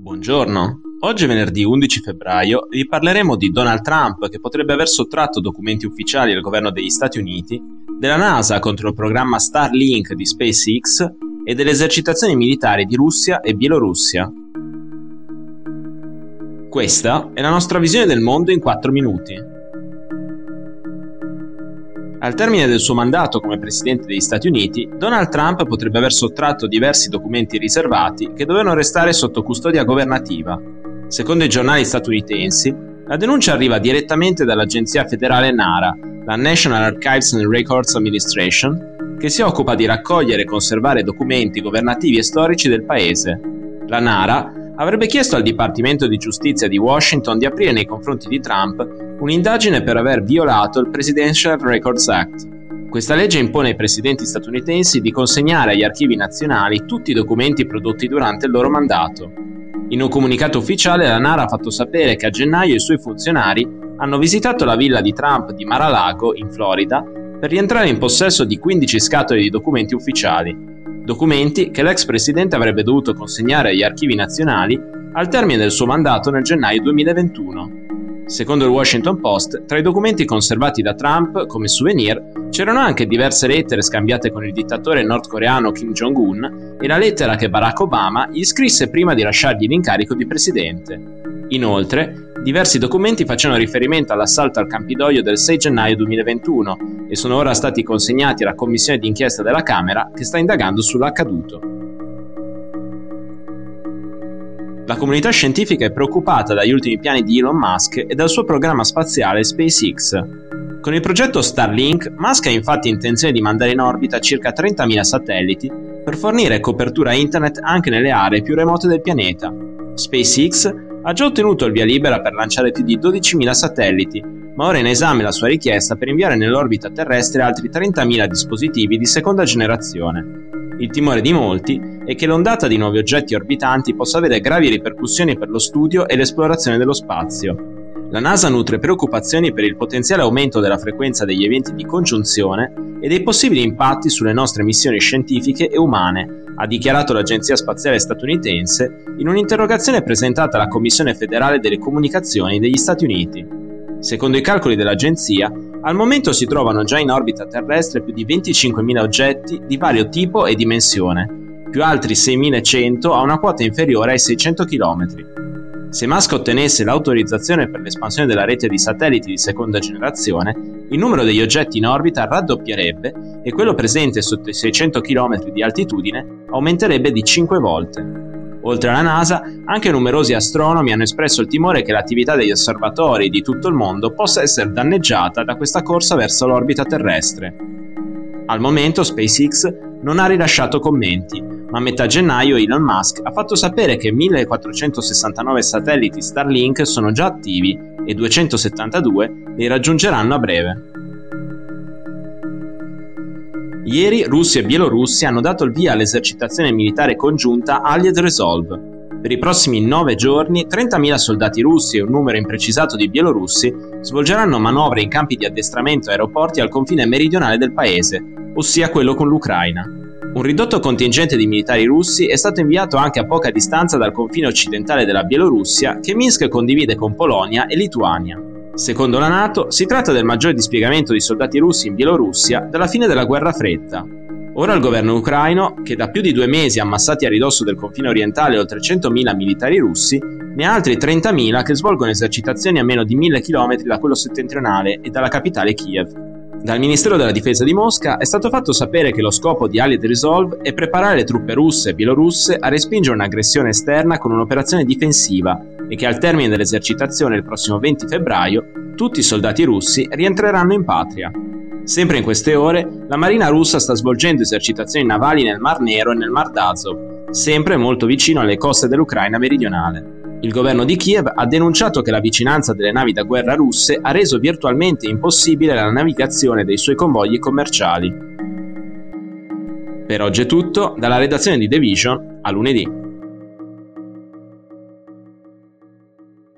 Buongiorno, oggi è venerdì 11 febbraio e vi parleremo di Donald Trump che potrebbe aver sottratto documenti ufficiali al governo degli Stati Uniti, della NASA contro il programma Starlink di SpaceX e delle esercitazioni militari di Russia e Bielorussia. Questa è la nostra visione del mondo in 4 minuti. Al termine del suo mandato come Presidente degli Stati Uniti, Donald Trump potrebbe aver sottratto diversi documenti riservati che dovevano restare sotto custodia governativa. Secondo i giornali statunitensi, la denuncia arriva direttamente dall'agenzia federale NARA, la National Archives and Records Administration, che si occupa di raccogliere e conservare documenti governativi e storici del paese. La NARA avrebbe chiesto al Dipartimento di Giustizia di Washington di aprire nei confronti di Trump un'indagine per aver violato il Presidential Records Act. Questa legge impone ai presidenti statunitensi di consegnare agli archivi nazionali tutti i documenti prodotti durante il loro mandato. In un comunicato ufficiale la NARA ha fatto sapere che a gennaio i suoi funzionari hanno visitato la villa di Trump di Mar-a-Lago, in Florida, per rientrare in possesso di 15 scatole di documenti ufficiali. Documenti che l'ex presidente avrebbe dovuto consegnare agli archivi nazionali al termine del suo mandato nel gennaio 2021. Secondo il Washington Post, tra i documenti conservati da Trump come souvenir c'erano anche diverse lettere scambiate con il dittatore nordcoreano Kim Jong-un e la lettera che Barack Obama gli scrisse prima di lasciargli l'incarico di presidente. Inoltre, diversi documenti facevano riferimento all'assalto al Campidoglio del 6 gennaio 2021 e sono ora stati consegnati alla commissione d'inchiesta della Camera che sta indagando sull'accaduto. La comunità scientifica è preoccupata dagli ultimi piani di Elon Musk e dal suo programma spaziale SpaceX. Con il progetto Starlink, Musk ha infatti intenzione di mandare in orbita circa 30.000 satelliti per fornire copertura internet anche nelle aree più remote del pianeta. SpaceX ha già ottenuto il via libera per lanciare più di 12.000 satelliti, ma ora è in esame la sua richiesta per inviare nell'orbita terrestre altri 30.000 dispositivi di seconda generazione. Il timore di molti è che l'ondata di nuovi oggetti orbitanti possa avere gravi ripercussioni per lo studio e l'esplorazione dello spazio. La NASA nutre preoccupazioni per il potenziale aumento della frequenza degli eventi di congiunzione e dei possibili impatti sulle nostre missioni scientifiche e umane, ha dichiarato l'Agenzia Spaziale Statunitense in un'interrogazione presentata alla Commissione Federale delle Comunicazioni degli Stati Uniti. Secondo i calcoli dell'agenzia, al momento si trovano già in orbita terrestre più di 25.000 oggetti di vario tipo e dimensione, più altri 6.100 a una quota inferiore ai 600 km. Se Musk ottenesse l'autorizzazione per l'espansione della rete di satelliti di seconda generazione, il numero degli oggetti in orbita raddoppierebbe e quello presente sotto i 600 km di altitudine aumenterebbe di 5 volte. Oltre alla NASA, anche numerosi astronomi hanno espresso il timore che l'attività degli osservatori di tutto il mondo possa essere danneggiata da questa corsa verso l'orbita terrestre. Al momento SpaceX non ha rilasciato commenti, ma a metà gennaio Elon Musk ha fatto sapere che 1.469 satelliti Starlink sono già attivi e 272 li raggiungeranno a breve. Ieri Russia e Bielorussia hanno dato il via all'esercitazione militare congiunta Allied Resolve. Per i prossimi 9 giorni 30.000 soldati russi e un numero imprecisato di bielorussi svolgeranno manovre in campi di addestramento e aeroporti al confine meridionale del paese, ossia quello con l'Ucraina. Un ridotto contingente di militari russi è stato inviato anche a poca distanza dal confine occidentale della Bielorussia che Minsk condivide con Polonia e Lituania. Secondo la NATO, si tratta del maggiore dispiegamento di soldati russi in Bielorussia dalla fine della guerra fredda. Ora il governo ucraino, che da più di 2 mesi ha ammassato a ridosso del confine orientale oltre 100.000 militari russi, ne ha altri 30.000 che svolgono esercitazioni a meno di 1.000 km da quello settentrionale e dalla capitale Kiev. Dal Ministero della Difesa di Mosca è stato fatto sapere che lo scopo di Allied Resolve è preparare le truppe russe e bielorusse a respingere un'aggressione esterna con un'operazione difensiva e che al termine dell'esercitazione il prossimo 20 febbraio tutti i soldati russi rientreranno in patria. Sempre in queste ore, la Marina russa sta svolgendo esercitazioni navali nel Mar Nero e nel Mar d'Azov, sempre molto vicino alle coste dell'Ucraina meridionale. Il governo di Kiev ha denunciato che la vicinanza delle navi da guerra russe ha reso virtualmente impossibile la navigazione dei suoi convogli commerciali. Per oggi è tutto, dalla redazione di The Vision, a lunedì.